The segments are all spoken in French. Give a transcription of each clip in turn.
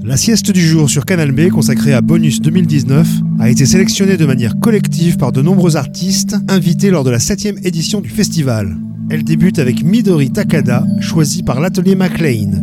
La sieste du jour sur Canal B, consacrée à Bonus 2019, a été sélectionnée de manière collective par de nombreux artistes invités lors de la 7e édition du festival. Elle débute avec Midori Takada, choisi par l'atelier McLean.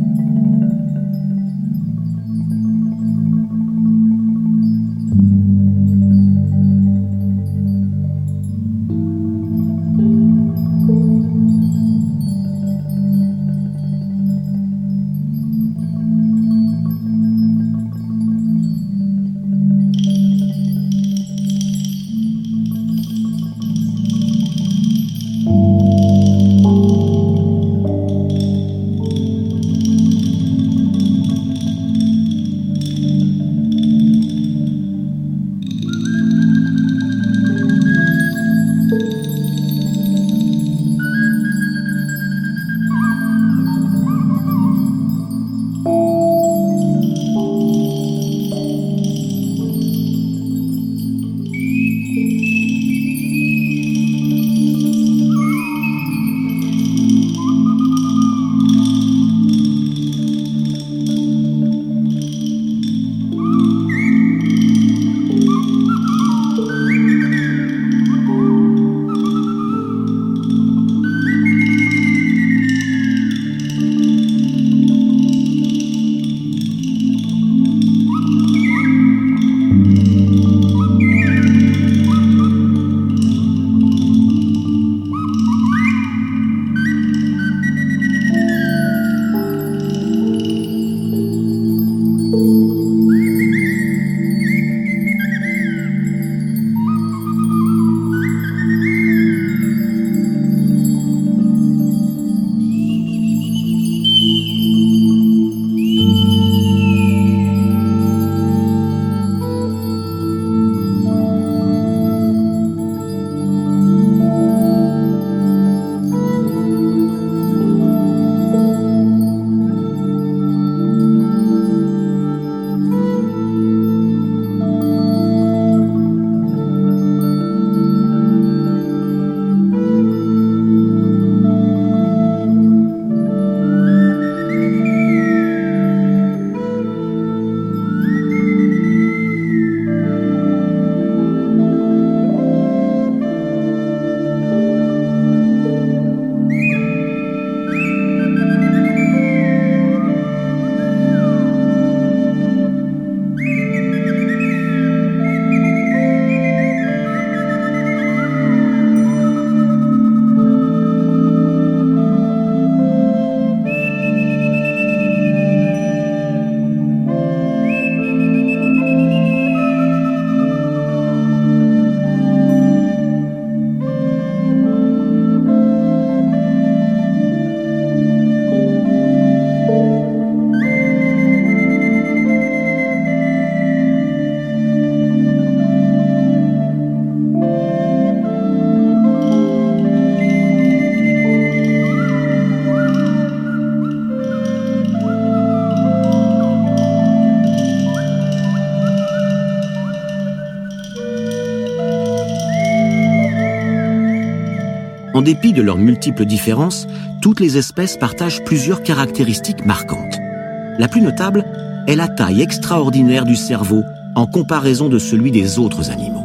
En dépit de leurs multiples différences, toutes les espèces partagent plusieurs caractéristiques marquantes. La plus notable est la taille extraordinaire du cerveau en comparaison de celui des autres animaux.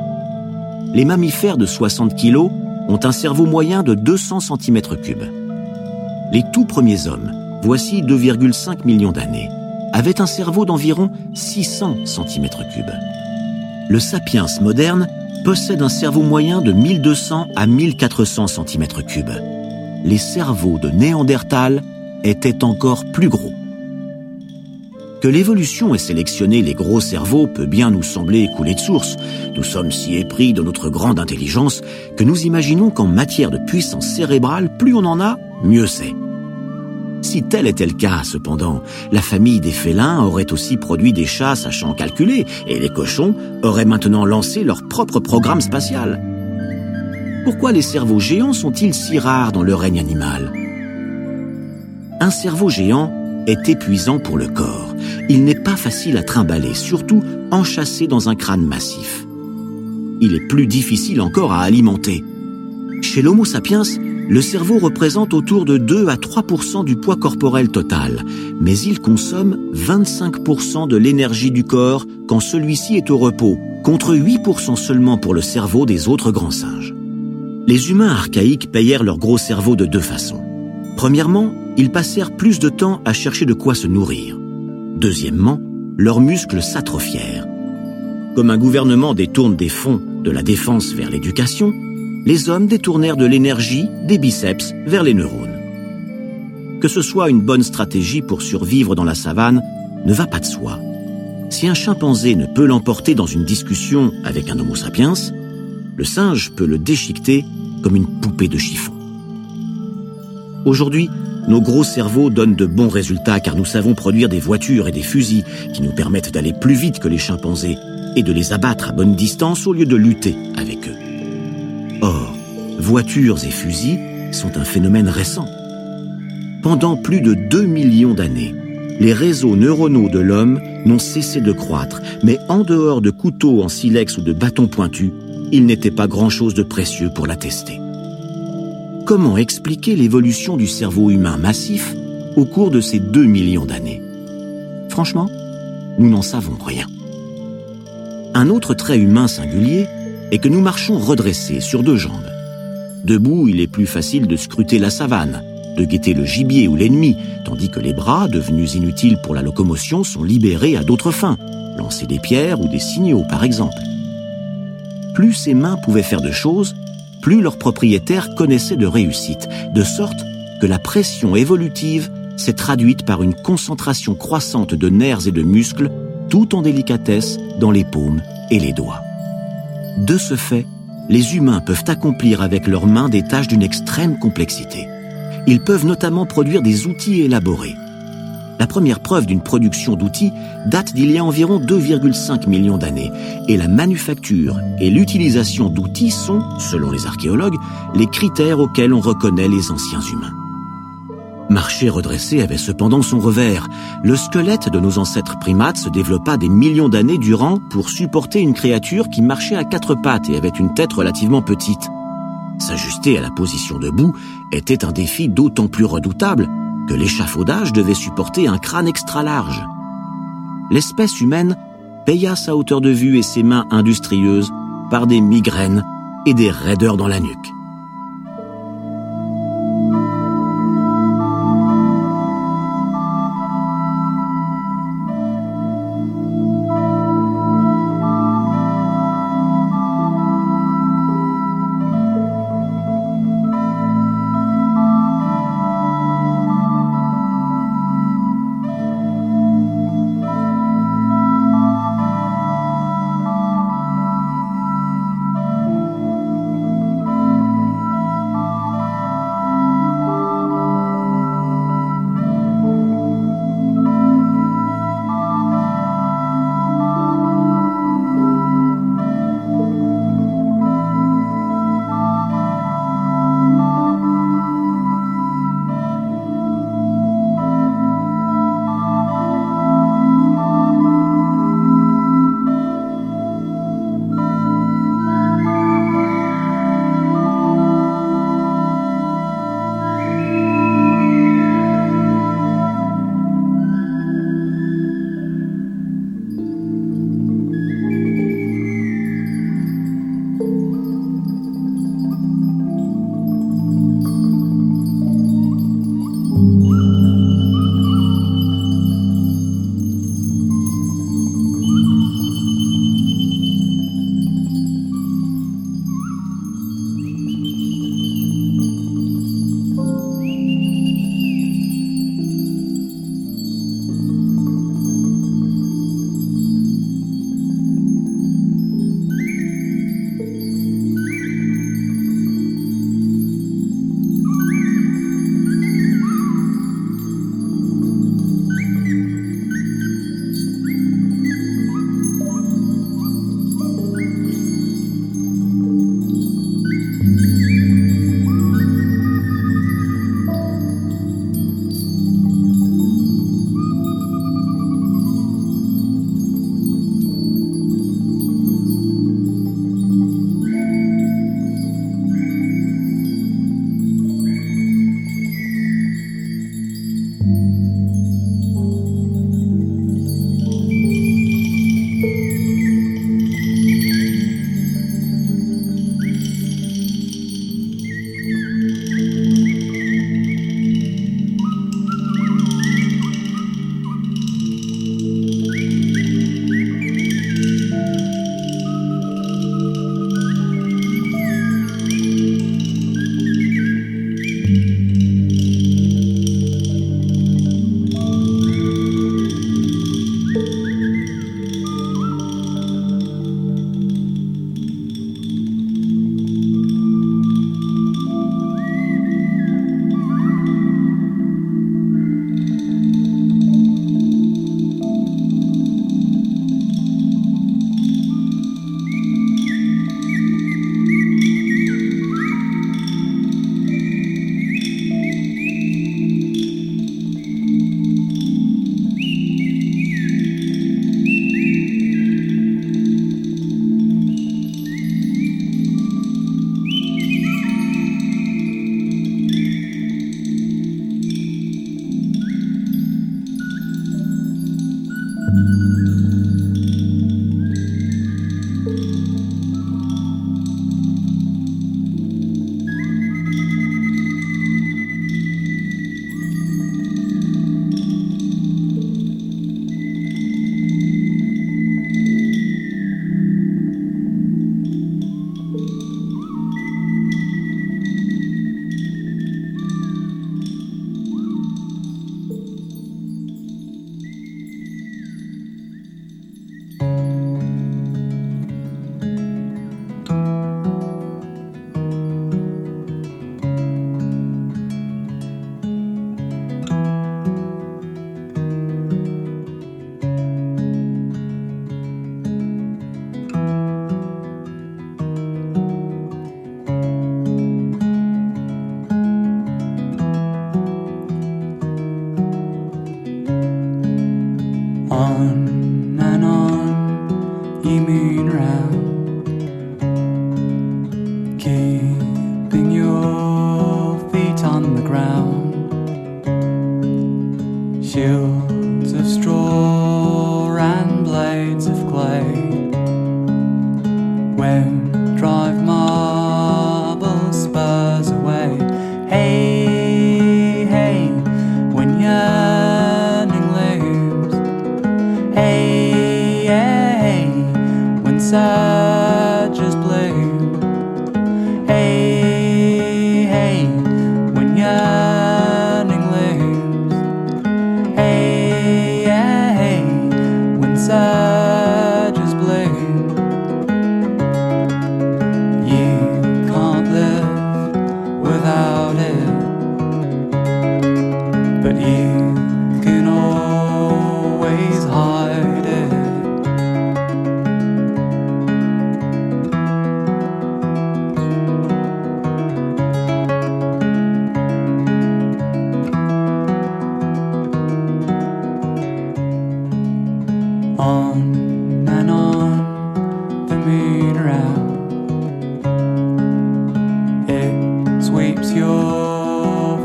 Les mammifères de 60 kg ont un cerveau moyen de 200 cm3. Les tout premiers hommes, voici 2,5 millions d'années, avaient un cerveau d'environ 600 cm3. Le sapiens moderne possède un cerveau moyen de 1200 à 1400 cm3. Les cerveaux de Néandertal étaient encore plus gros. Que l'évolution ait sélectionné les gros cerveaux peut bien nous sembler couler de source. Nous sommes si épris de notre grande intelligence que nous imaginons qu'en matière de puissance cérébrale, plus on en a, mieux c'est. Si tel était le cas, cependant, la famille des félins aurait aussi produit des chats sachant calculer, et les cochons auraient maintenant lancé leur propre programme spatial. Pourquoi les cerveaux géants sont-ils si rares dans le règne animal ? Un cerveau géant est épuisant pour le corps. Il n'est pas facile à trimballer, surtout enchâssé dans un crâne massif. Il est plus difficile encore à alimenter. Chez l'Homo sapiens, Le cerveau représente autour de 2 à 3% du poids corporel total, mais il consomme 25% de l'énergie du corps quand celui-ci est au repos, contre 8% seulement pour le cerveau des autres grands singes. Les humains archaïques payèrent leur gros cerveau de 2 façons. Premièrement, ils passèrent plus de temps à chercher de quoi se nourrir. Deuxièmement, leurs muscles s'atrophièrent. Comme un gouvernement détourne des fonds de la défense vers l'éducation, les hommes détournèrent de l'énergie des biceps vers les neurones. Que ce soit une bonne stratégie pour survivre dans la savane ne va pas de soi. Si un chimpanzé ne peut l'emporter dans une discussion avec un Homo sapiens, le singe peut le déchiqueter comme une poupée de chiffon. Aujourd'hui, nos gros cerveaux donnent de bons résultats car nous savons produire des voitures et des fusils qui nous permettent d'aller plus vite que les chimpanzés et de les abattre à bonne distance au lieu de lutter avec eux. Or, voitures et fusils sont un phénomène récent. Pendant plus de 2 millions d'années, les réseaux neuronaux de l'homme n'ont cessé de croître, mais en dehors de couteaux en silex ou de bâtons pointus, il n'était pas grand-chose de précieux pour l'attester. Comment expliquer l'évolution du cerveau humain massif au cours de ces 2 millions d'années? Franchement, nous n'en savons rien. Un autre trait humain singulier est que nous marchons redressés sur 2 jambes. Debout, il est plus facile de scruter la savane, de guetter le gibier ou l'ennemi, tandis que les bras, devenus inutiles pour la locomotion, sont libérés à d'autres fins, lancer des pierres ou des signaux par exemple. Plus ces mains pouvaient faire de choses, plus leurs propriétaires connaissaient de réussite, de sorte que la pression évolutive s'est traduite par une concentration croissante de nerfs et de muscles, tout en délicatesse dans les paumes et les doigts. De ce fait, les humains peuvent accomplir avec leurs mains des tâches d'une extrême complexité. Ils peuvent notamment produire des outils élaborés. La première preuve d'une production d'outils date d'il y a environ 2,5 millions d'années, et la manufacture et l'utilisation d'outils sont, selon les archéologues, les critères auxquels on reconnaît les anciens humains. Marcher redressé avait cependant son revers. Le squelette de nos ancêtres primates se développa des millions d'années durant pour supporter une créature qui marchait à 4 pattes et avait une tête relativement petite. S'ajuster à la position debout était un défi d'autant plus redoutable que l'échafaudage devait supporter un crâne extra large. L'espèce humaine paya sa hauteur de vue et ses mains industrieuses par des migraines et des raideurs dans la nuque.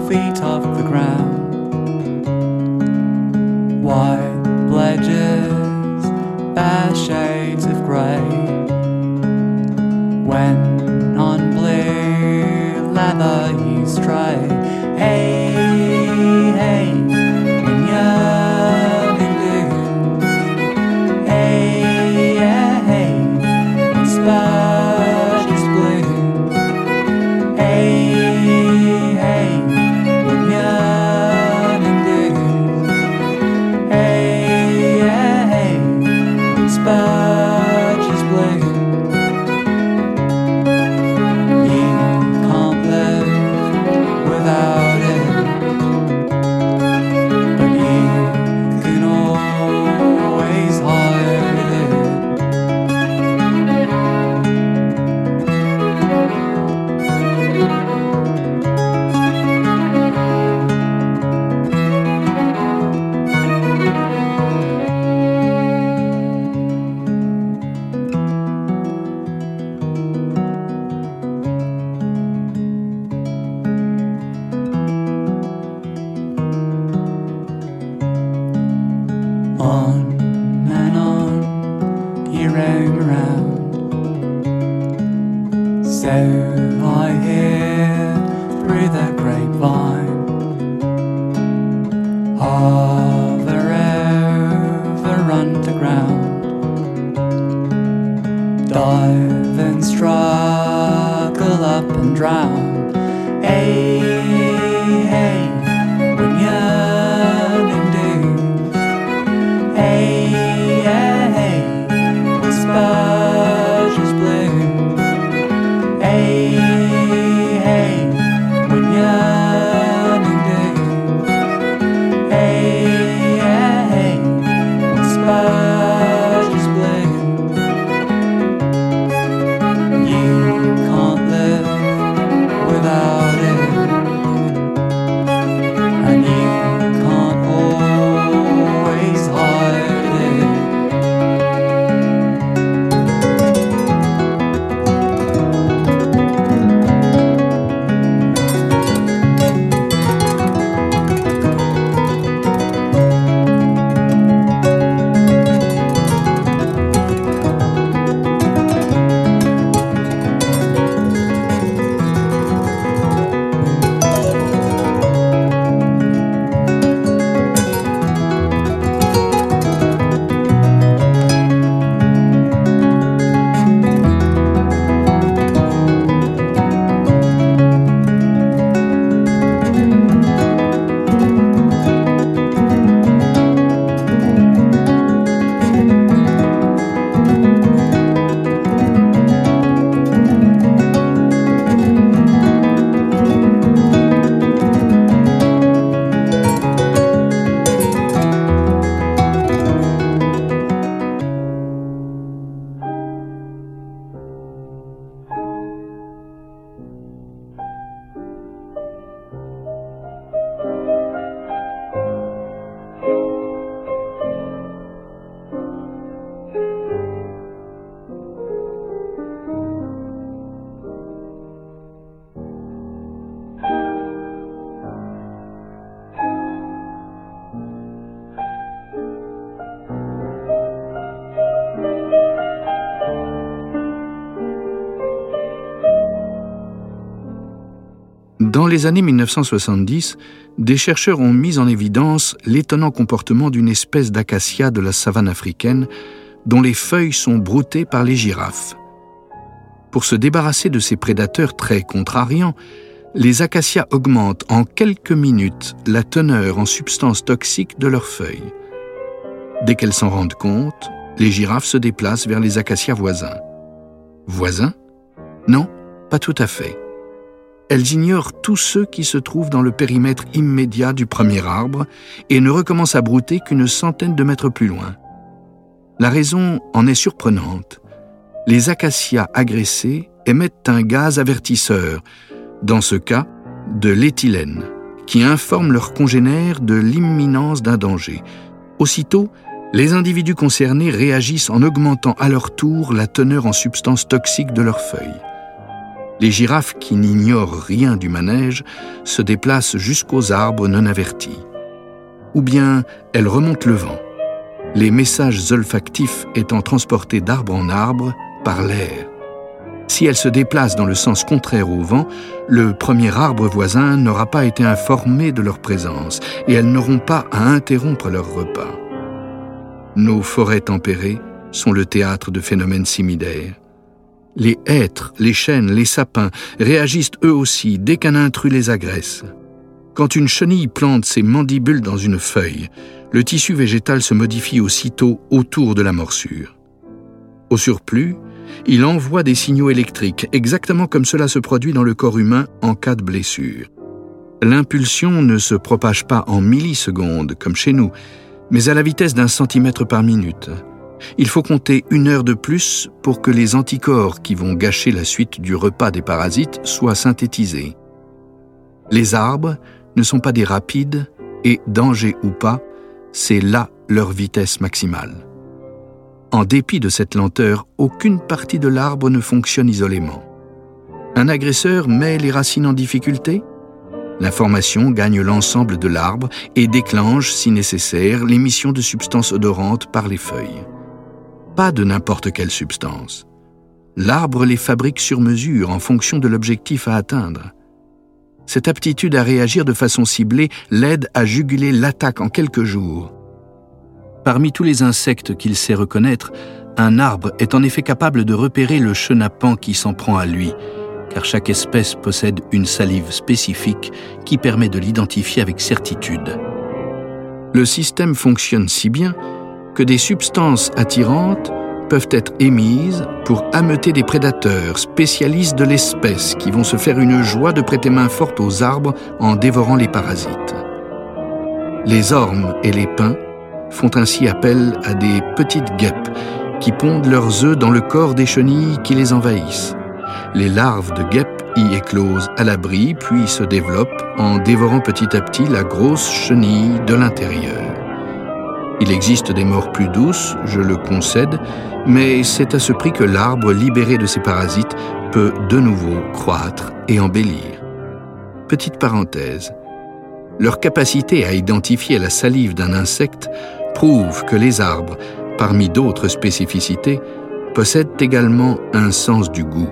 feet off the ground. White pledges, bare shades of grey, when on blue leather you stray. Hey, hey, when yearning do. Hey, yeah, hey, when spurs bloom. Hey, hey, when yearning do. Hey, yeah, hey, when spurs bloom. Dive and struggle up and drown. Hey, hey, when yearning do. Hey, yeah, hey, when spurs bloom. Hey, hey, when yearning do. Hey, yeah, hey, when spurs bloom. Can't live without it, and you can't always hide it. Dans les années 1970, des chercheurs ont mis en évidence l'étonnant comportement d'une espèce d'acacia de la savane africaine dont les feuilles sont broutées par les girafes. Pour se débarrasser de ces prédateurs très contrariants, les acacias augmentent en quelques minutes la teneur en substances toxiques de leurs feuilles. Dès qu'elles s'en rendent compte, les girafes se déplacent vers les acacias voisins. Voisins ? Non, pas tout à fait. Elles ignorent tous ceux qui se trouvent dans le périmètre immédiat du premier arbre et ne recommencent à brouter qu'une centaine de mètres plus loin. La raison en est surprenante. Les acacias agressés émettent un gaz avertisseur, dans ce cas de l'éthylène, qui informe leurs congénères de l'imminence d'un danger. Aussitôt, les individus concernés réagissent en augmentant à leur tour la teneur en substances toxiques de leurs feuilles. Les girafes qui n'ignorent rien du manège se déplacent jusqu'aux arbres non avertis. Ou bien elles remontent le vent, les messages olfactifs étant transportés d'arbre en arbre par l'air. Si elles se déplacent dans le sens contraire au vent, le premier arbre voisin n'aura pas été informé de leur présence et elles n'auront pas à interrompre leur repas. Nos forêts tempérées sont le théâtre de phénomènes similaires. Les hêtres, les chênes, les sapins réagissent eux aussi dès qu'un intrus les agresse. Quand une chenille plante ses mandibules dans une feuille, le tissu végétal se modifie aussitôt autour de la morsure. Au surplus, il envoie des signaux électriques, exactement comme cela se produit dans le corps humain en cas de blessure. L'impulsion ne se propage pas en millisecondes, comme chez nous, mais à la vitesse d'1 centimètre par minute. Il faut compter 1 heure de plus pour que les anticorps qui vont gâcher la suite du repas des parasites soient synthétisés. Les arbres ne sont pas des rapides et, danger ou pas, c'est là leur vitesse maximale. En dépit de cette lenteur, aucune partie de l'arbre ne fonctionne isolément. Un agresseur met les racines en difficulté ? L'information gagne l'ensemble de l'arbre et déclenche, si nécessaire, l'émission de substances odorantes par les feuilles. Pas de n'importe quelle substance. L'arbre les fabrique sur mesure en fonction de l'objectif à atteindre. Cette aptitude à réagir de façon ciblée l'aide à juguler l'attaque en quelques jours. Parmi tous les insectes qu'il sait reconnaître, un arbre est en effet capable de repérer le chenapan qui s'en prend à lui, car chaque espèce possède une salive spécifique qui permet de l'identifier avec certitude. Le système fonctionne si bien que des substances attirantes peuvent être émises pour ameuter des prédateurs spécialistes de l'espèce qui vont se faire une joie de prêter main forte aux arbres en dévorant les parasites. Les ormes et les pins font ainsi appel à des petites guêpes qui pondent leurs œufs dans le corps des chenilles qui les envahissent. Les larves de guêpes y éclosent à l'abri puis se développent en dévorant petit à petit la grosse chenille de l'intérieur. Il existe des morts plus douces, je le concède, mais c'est à ce prix que l'arbre libéré de ses parasites peut de nouveau croître et embellir. Petite parenthèse, leur capacité à identifier la salive d'un insecte prouve que les arbres, parmi d'autres spécificités, possèdent également un sens du goût.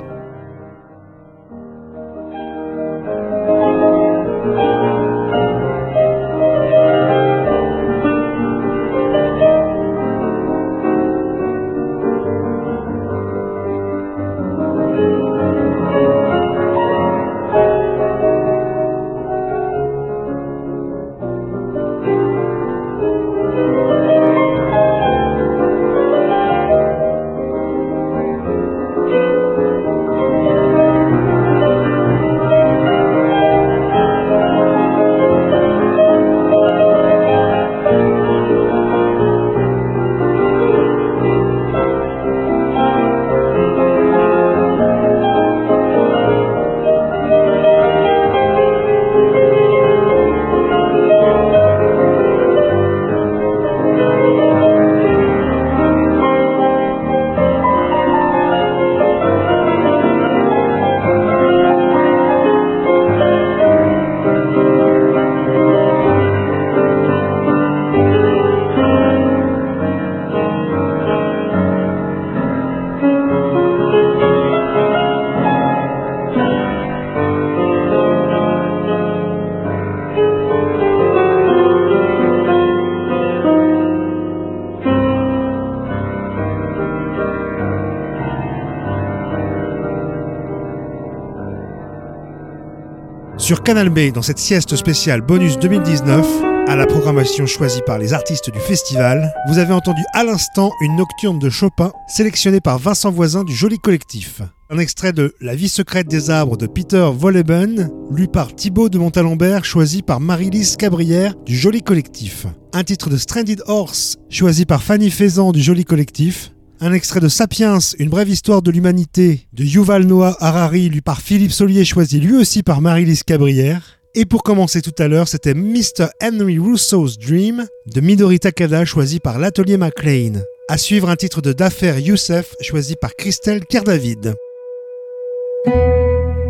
Sur Canal B, dans cette sieste spéciale bonus 2019, à la programmation choisie par les artistes du festival, vous avez entendu à l'instant une nocturne de Chopin sélectionnée par Vincent Voisin du Joli Collectif. Un extrait de La vie secrète des arbres de Peter Wolleben, lu par Thibaut de Montalembert, choisi par Marie-Lise Cabrière du Joli Collectif. Un titre de Stranded Horse, choisi par Fanny Faisan du Joli Collectif. Un extrait de Sapiens, une brève histoire de l'humanité de Yuval Noah Harari, lu par Philippe Saulier, choisi lui aussi par Marie-Lise Cabrière. Et pour commencer tout à l'heure, c'était Mr. Henry Rousseau's Dream de Midori Takada, choisi par l'Atelier MacLean. À suivre un titre de Dafer Youssef, choisi par Christelle Kerdavid.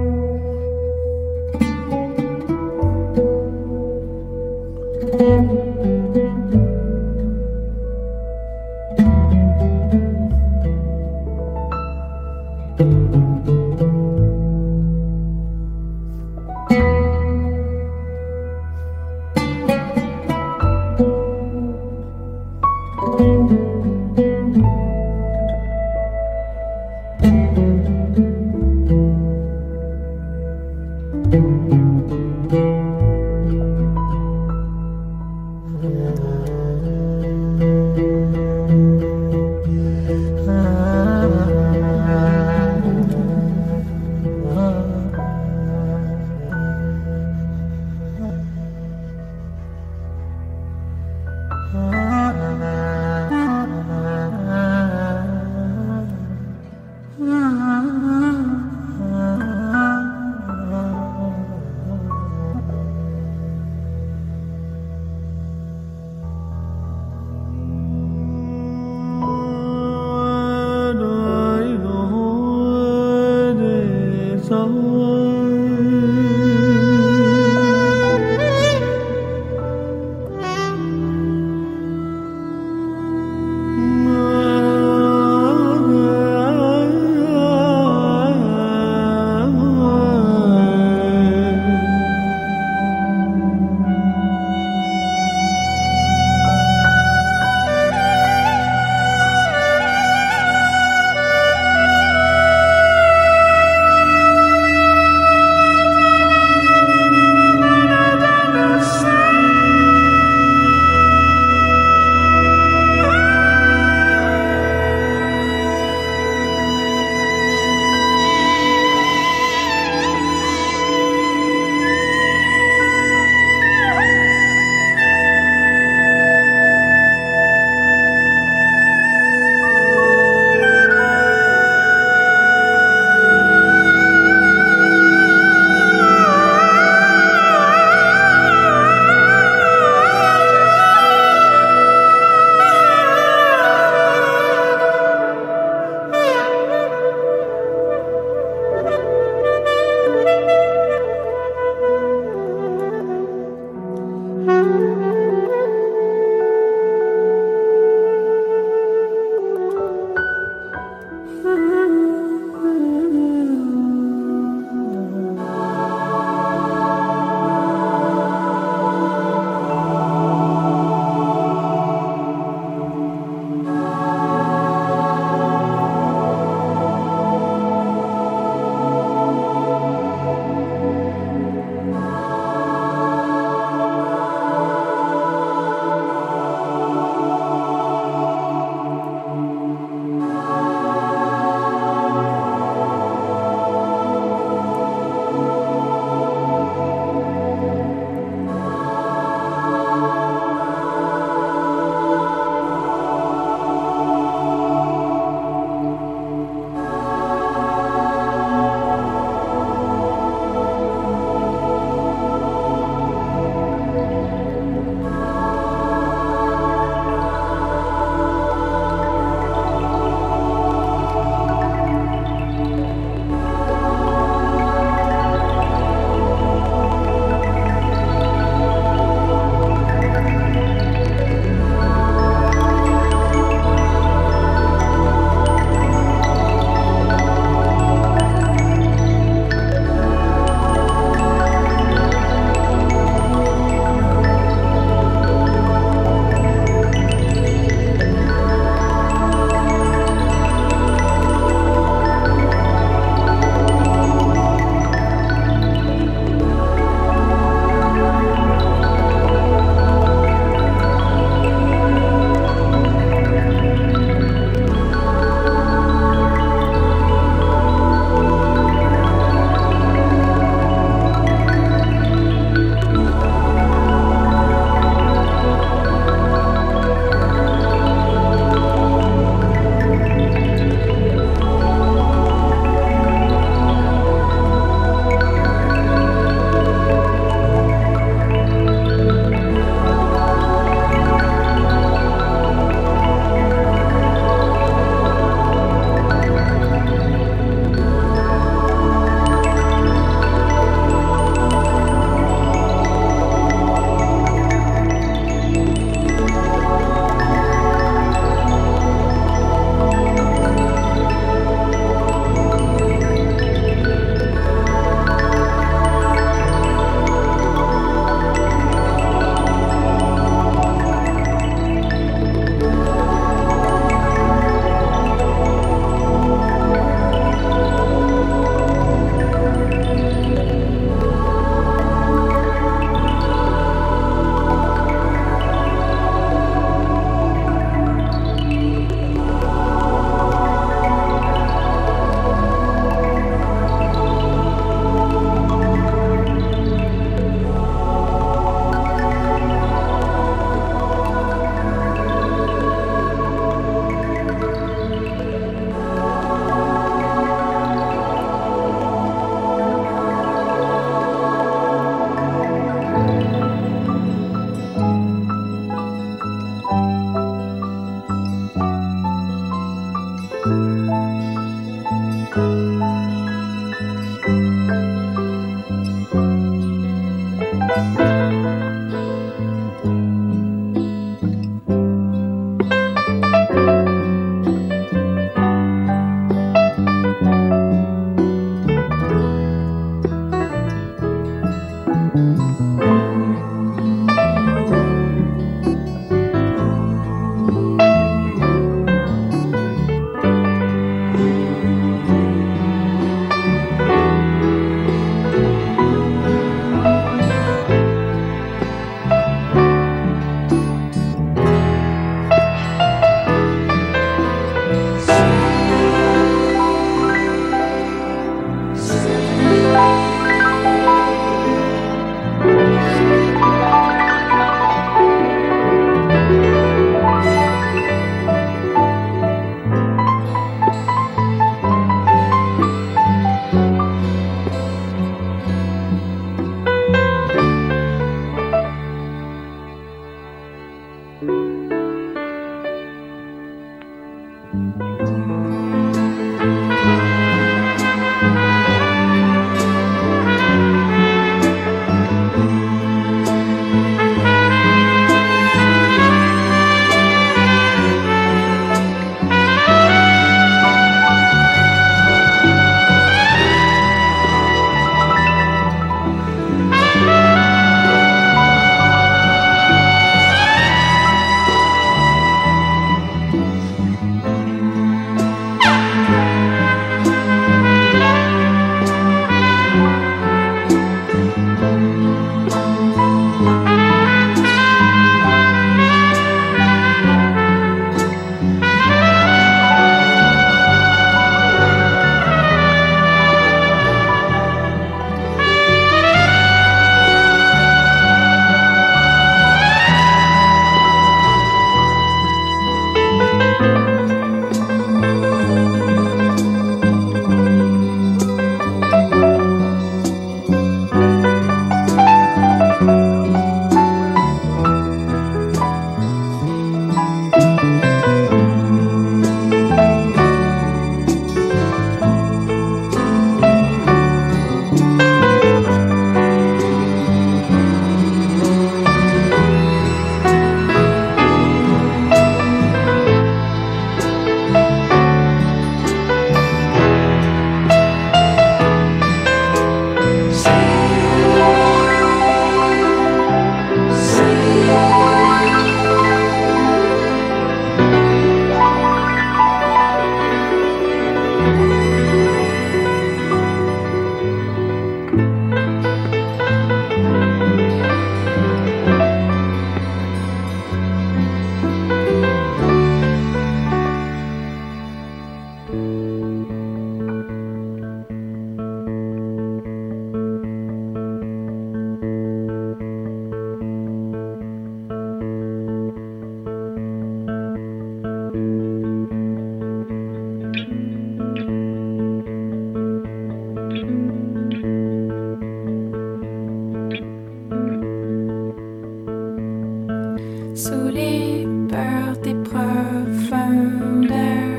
sous les peurs des profondeurs.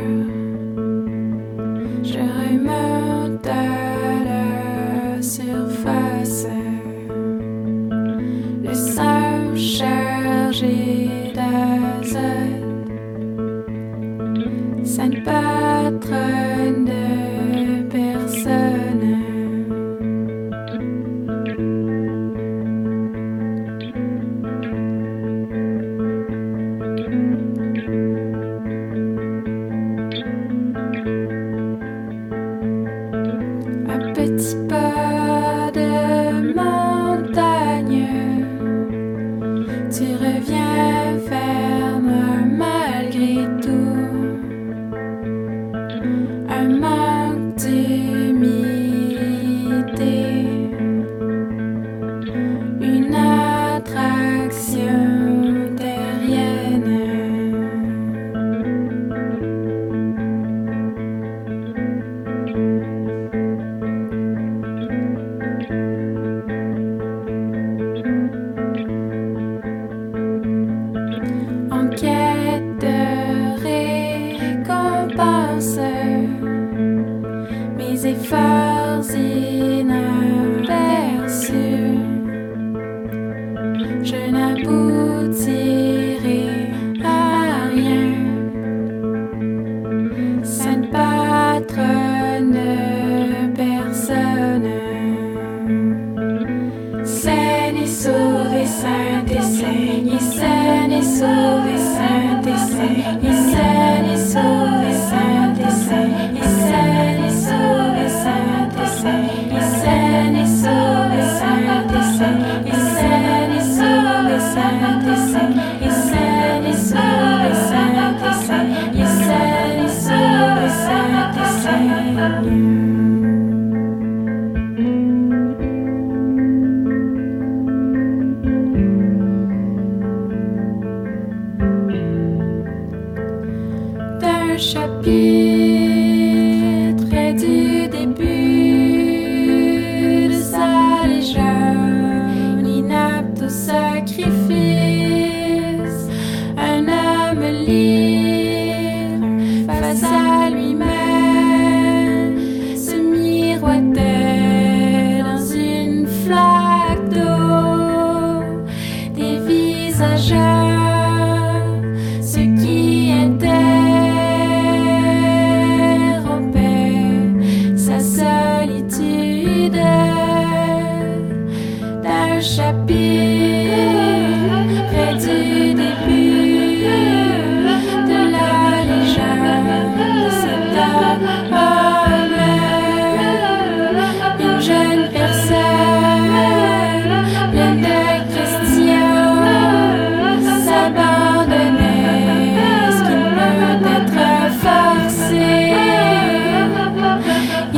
Je remonte à la surface, le sang chargé d'azote, sainte patronne de personne. Petit pas de montagne, tu reviens vers moi malgré tout. Un manque d'humilité, une attraction terrienne. En quête de récompense, mes efforts inaperçus, je n'aboutirai à rien. Sainte patronne de personne, saine et sauvée, sainte et saigne, saine et sauvée, sainte et saigne, saine et sauvée, sainte et saigne, saine et sauvée, sainte et saigne, saine et sauvée, sainte et saigne, saine et sauvée, sainte et saigne, saine et sauvée, sainte et saigne, saine et sauvée, sainte et saigne. D'un chapitre du début de sa légende, inapte au sacrifice, un homme libre face à lui-même se miroitait dans une flaque d'eau, dévisageant ce qui interrompait sa solitude. D'un chapitre près du début de la légende de cet homme, une jeune personne pleine de questions s'abandonnait. Est-ce qu'il peut être forcé? Y a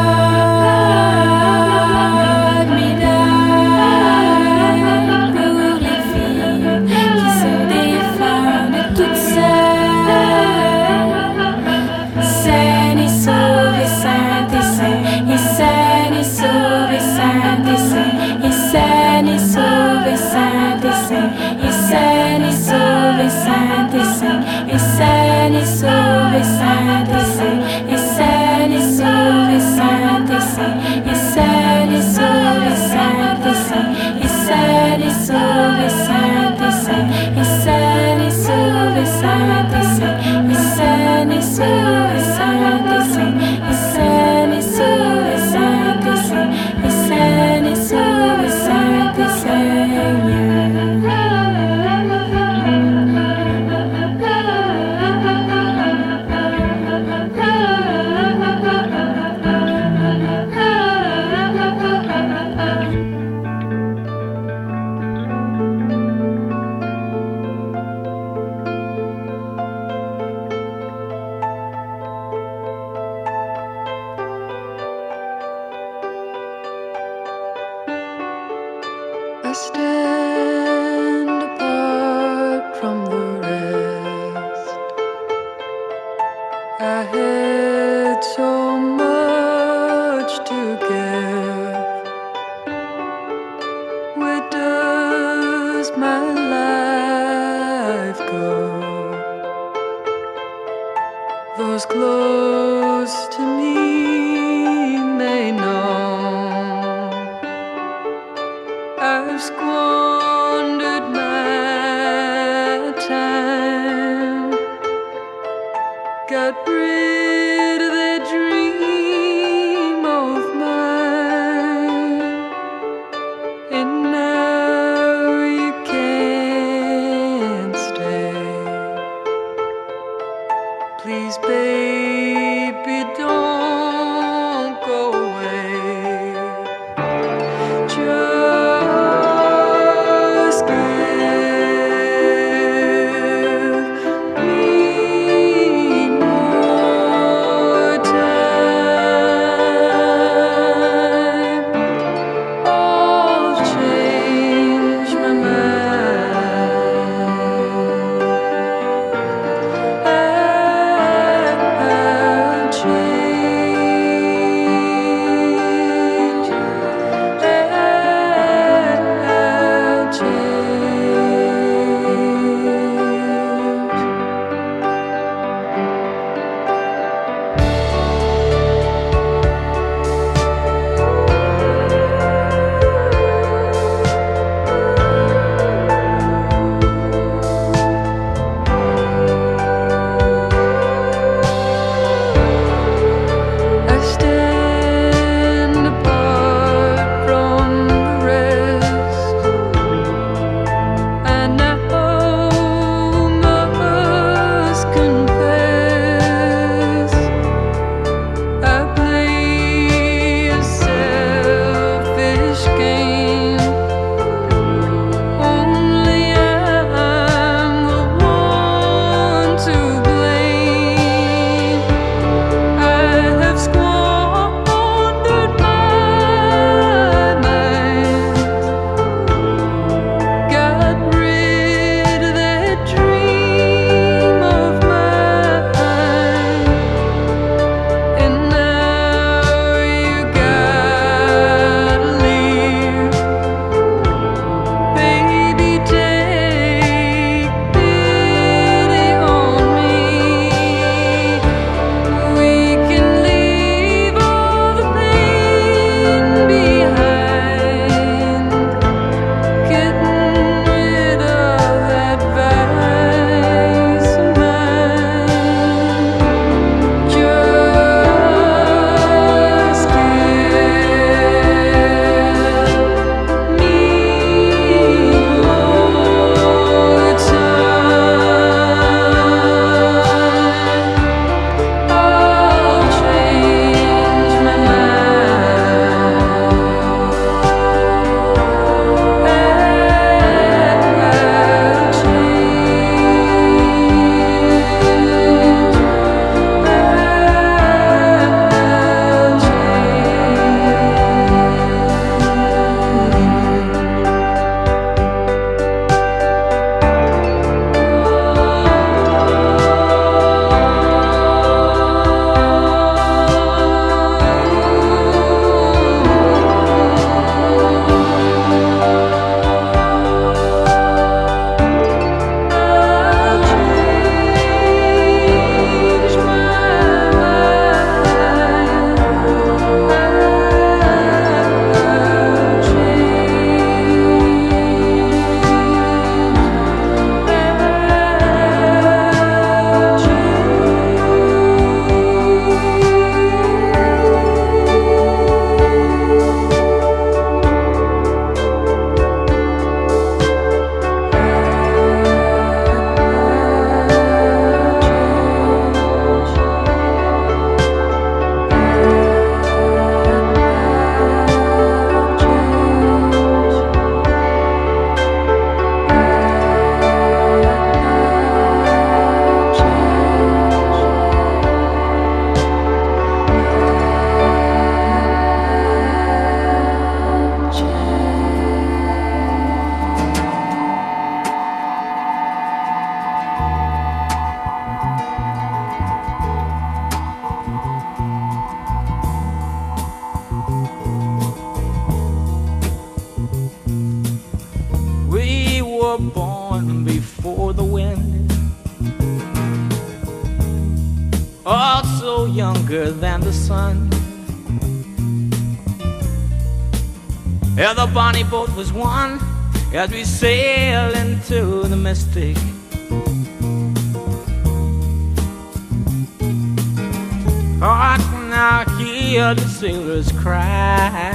pas de médaille pour les filles qui se défendent toutes seules. Saine et sauvée, sainte et saine, et saine et sauvée, sainte et saine, et saine et sauvée, sainte et saine, et saine et sauvée, sainte et saine, et saine et sauvée, sainte et saine, et saine et sauvée, sainte et saine, et saine et sauvée, sainte et saine, et saine et sauvée, sainte et saine, et saine et sauvée, sainte et saine, et saine et sauvée, sainte et saine, et saine et sauvée, sainte et saine, et saine et sauvée, sainte et I stand apart from the rest. I had so much to give. Where does my life got rid of that dream of mine, and now you can't stay. Please, baby, don't go away. Just give me more time. I'll change my mind. I'll change. I'll change. I stand apart from the rest, and I must confess I play a selfish game. Only I'm the one to blame. I have squandered my mind, got rid of that dream of mine, and now you gotta leave. Baby, take pity on me. We can leave all the pain behind, getting rid of that vice of mine. Just give me more time. I'll change my We were born before the wind, also younger than the sun. Yeah, the bonnie boat was one as we sail into the mystic. Oh, I can now hear the sailors cry,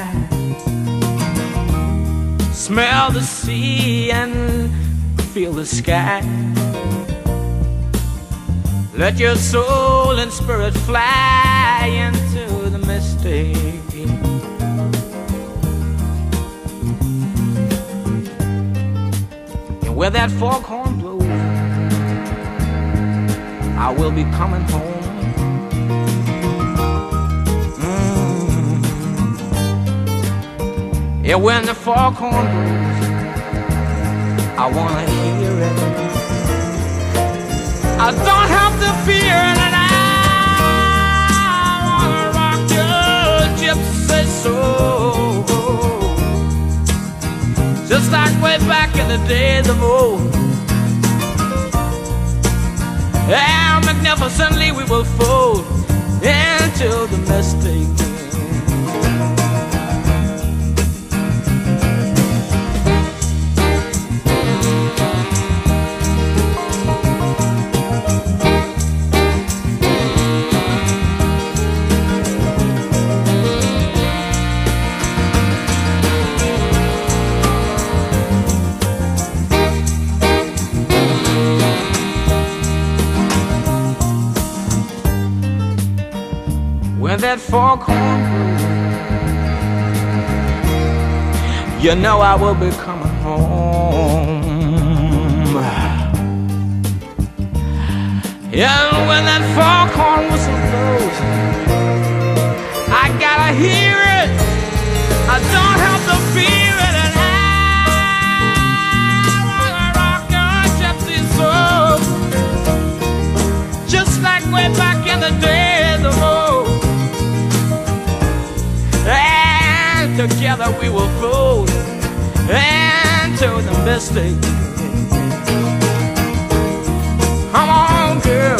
smell the sea and feel the sky. Let your soul and spirit fly into the mystic. And where that foghorn blows, I will be coming home. Yeah, when the foghorn blows, I wanna hear it. I don't have to fear it, and I wanna rock your gypsy soul, just like way back in the days of old. And magnificently we will fold into the mystic. When that foghorn blows, you know I will be coming home. And when that foghorn whistle blows, I gotta hear it. I don't have to fear it, and I wanna rock your gypsy soul, just like way back in the days of old. And together we will fold into the mystic. Come on, girl.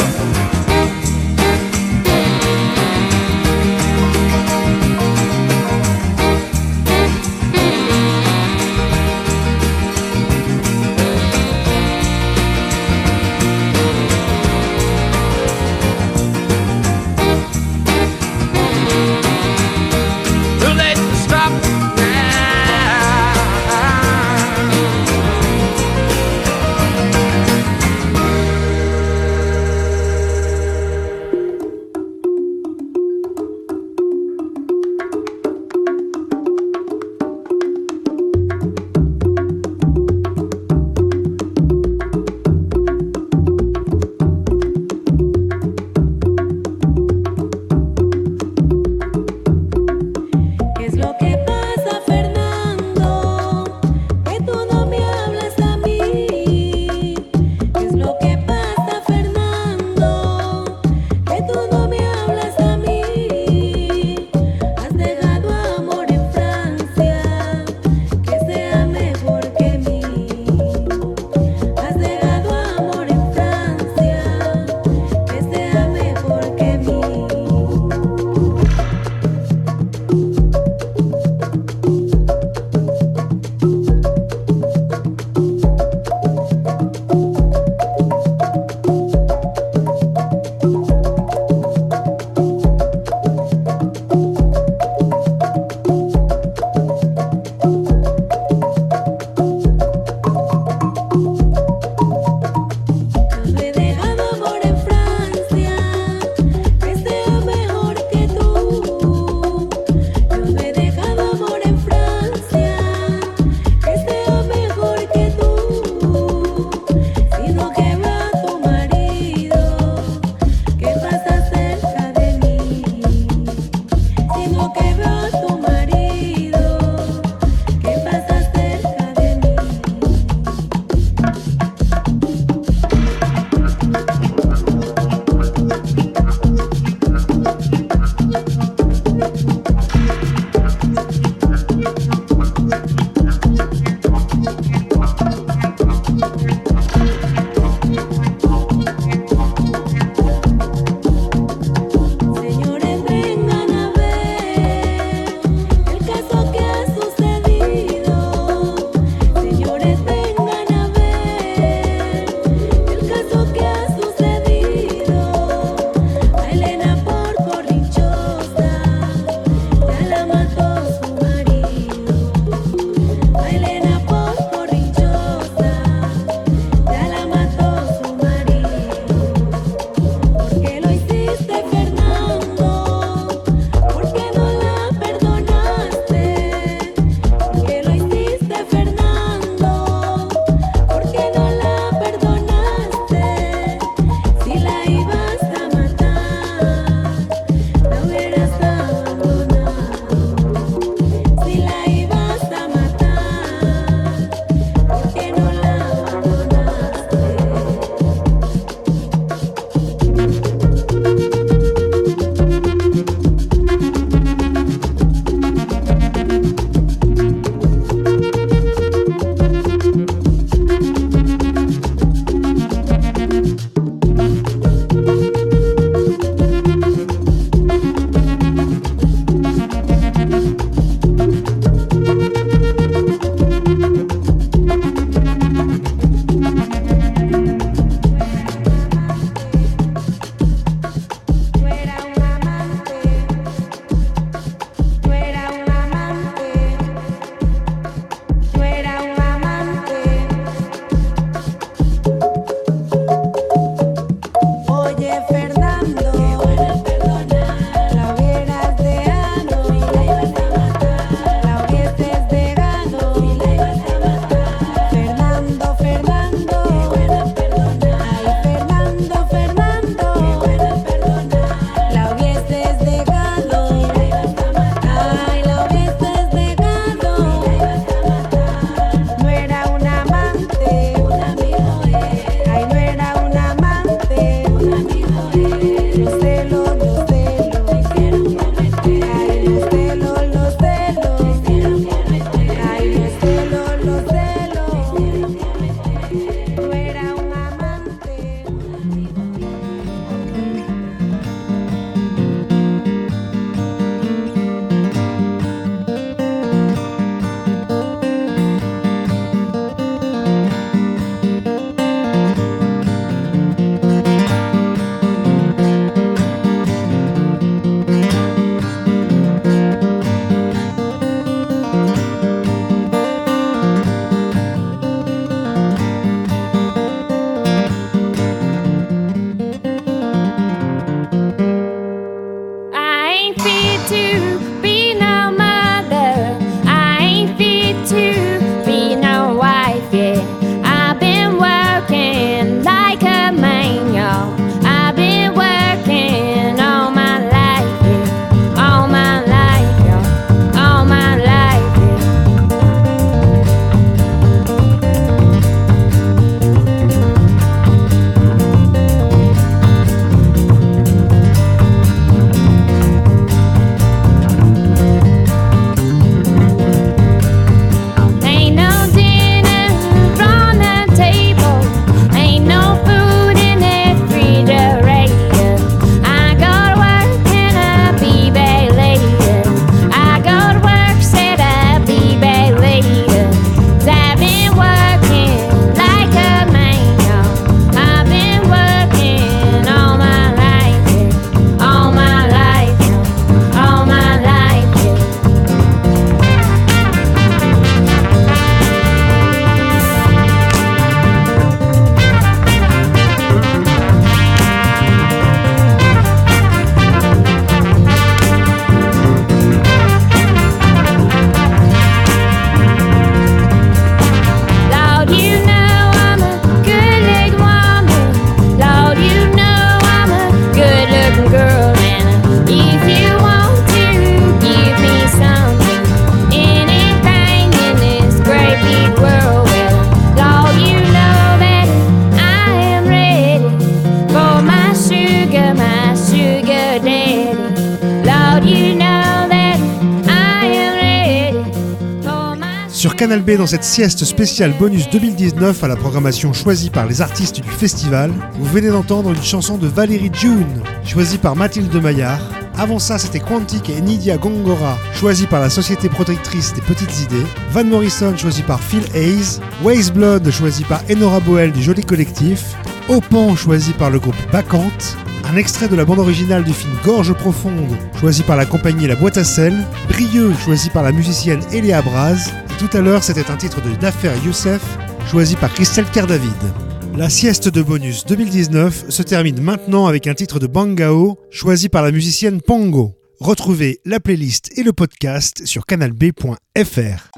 Canal B dans cette sieste spéciale bonus 2019 à la programmation choisie par les artistes du festival. Vous venez d'entendre une chanson de Valérie June, choisie par Mathilde Maillard. Avant ça, c'était Quantic et Nydia Gongora, choisis par la Société Protectrice des Petites Idées. Van Morrison, choisi par Phil Hayes. Waste Blood, choisi par Enora Boel du Joli Collectif. Opan, choisi par le groupe Bacchante. Un extrait de la bande originale du film Gorge Profonde, choisi par la compagnie La Boîte à Sel. Brieux, choisi par la musicienne Eléa Braz. Et tout à l'heure, c'était un titre de Dafer Youssef, choisi par Christelle Kerdavid. La sieste de bonus 2019 se termine maintenant avec un titre de Bangao, choisi par la musicienne Pongo. Retrouvez la playlist et le podcast sur canalb.fr.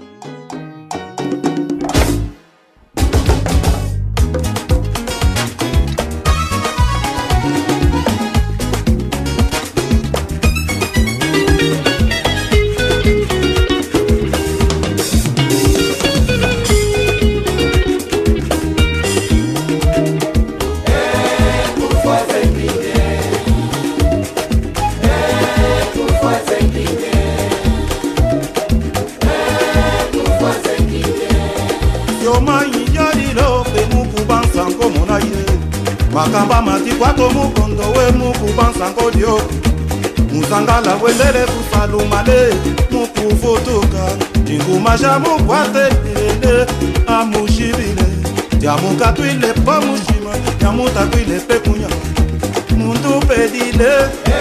Makamba matikwato mukondo we mukubansango dio Musangala wendele kusalumale mukufotoka Tingumasha mukwatelele amushibile Jamukatwile pamushima Jamutakwile pekunya Mundu pedile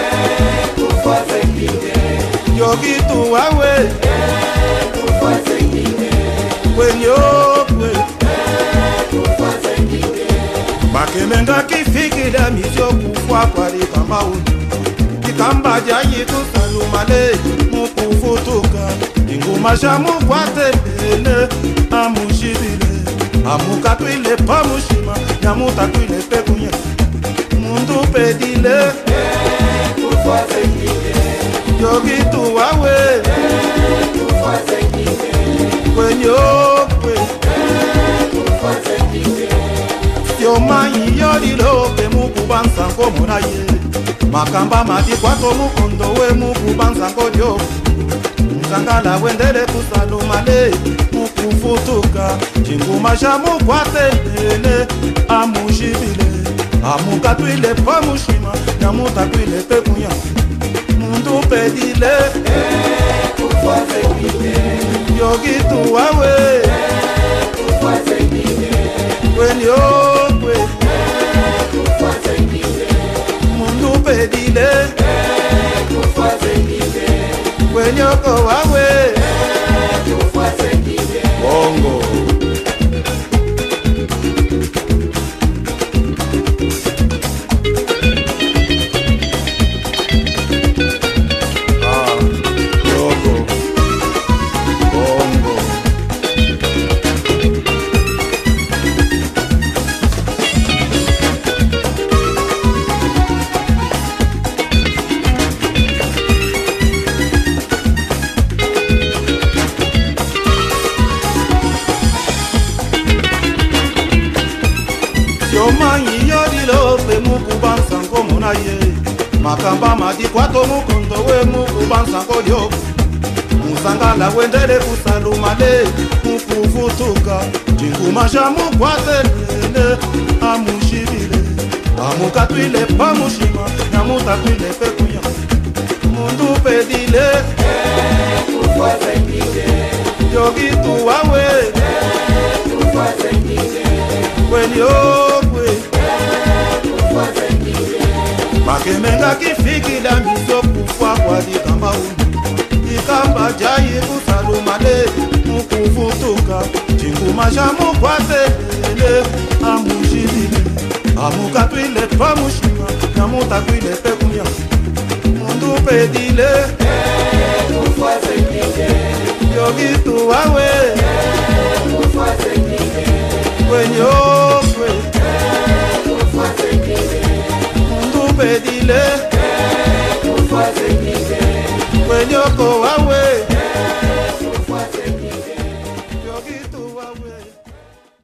Kufase kide Yogitu wawe Kufase kide Wenyokwe Kufase kide Bakemenga kifikida misyo kufwa kwa rikamba undi Kikamba jayi kusalumale mukufutuka Ingumasha mukwatelele amushibile Amukatwile pamushima Nyamutakwile pekunya Mundu pedile Kufase kide Yogitu wawe Kufase kide Kwenyokwe Kufase kide Yomayi yodilo pe mukubansango monaye Makamba matikwato mukondo we mukubansango dio Mzangala wendele kusalumale mukufutuka Chingumasha mukwatelele amushibile Amukatwile pamushima Nyamutakwile pekunya Mundu pedile Kufase kide Yogitu wawe Kufase kide Wenyokwe Kufase kide Mundu pedile Kufase kide Wenyoko wawe Kufase kide Bongo Makamba matikwato mukondo we mukubansango dio Musangala wendele kusalumale mukufutuka Chingumasha mukwatelele amushibile Amukatwile pamushima Nyamutakwile pekunya Mundu pedile Kufase kide Yogitu wawe Kufase kide Wenyokwe Kufase kide Bakemenga kifikida misyo kufwa kwa dikamba undi Dikamba jayi kusalumale mukufutuka Chingumasha mukwatelele amushibile Amukatwile pamushima Nyamutakwile pekunya Mundu pedile Kufase kide Yogitu wawe Kufase kide Wenyokwe Kufase kide Mundu pedile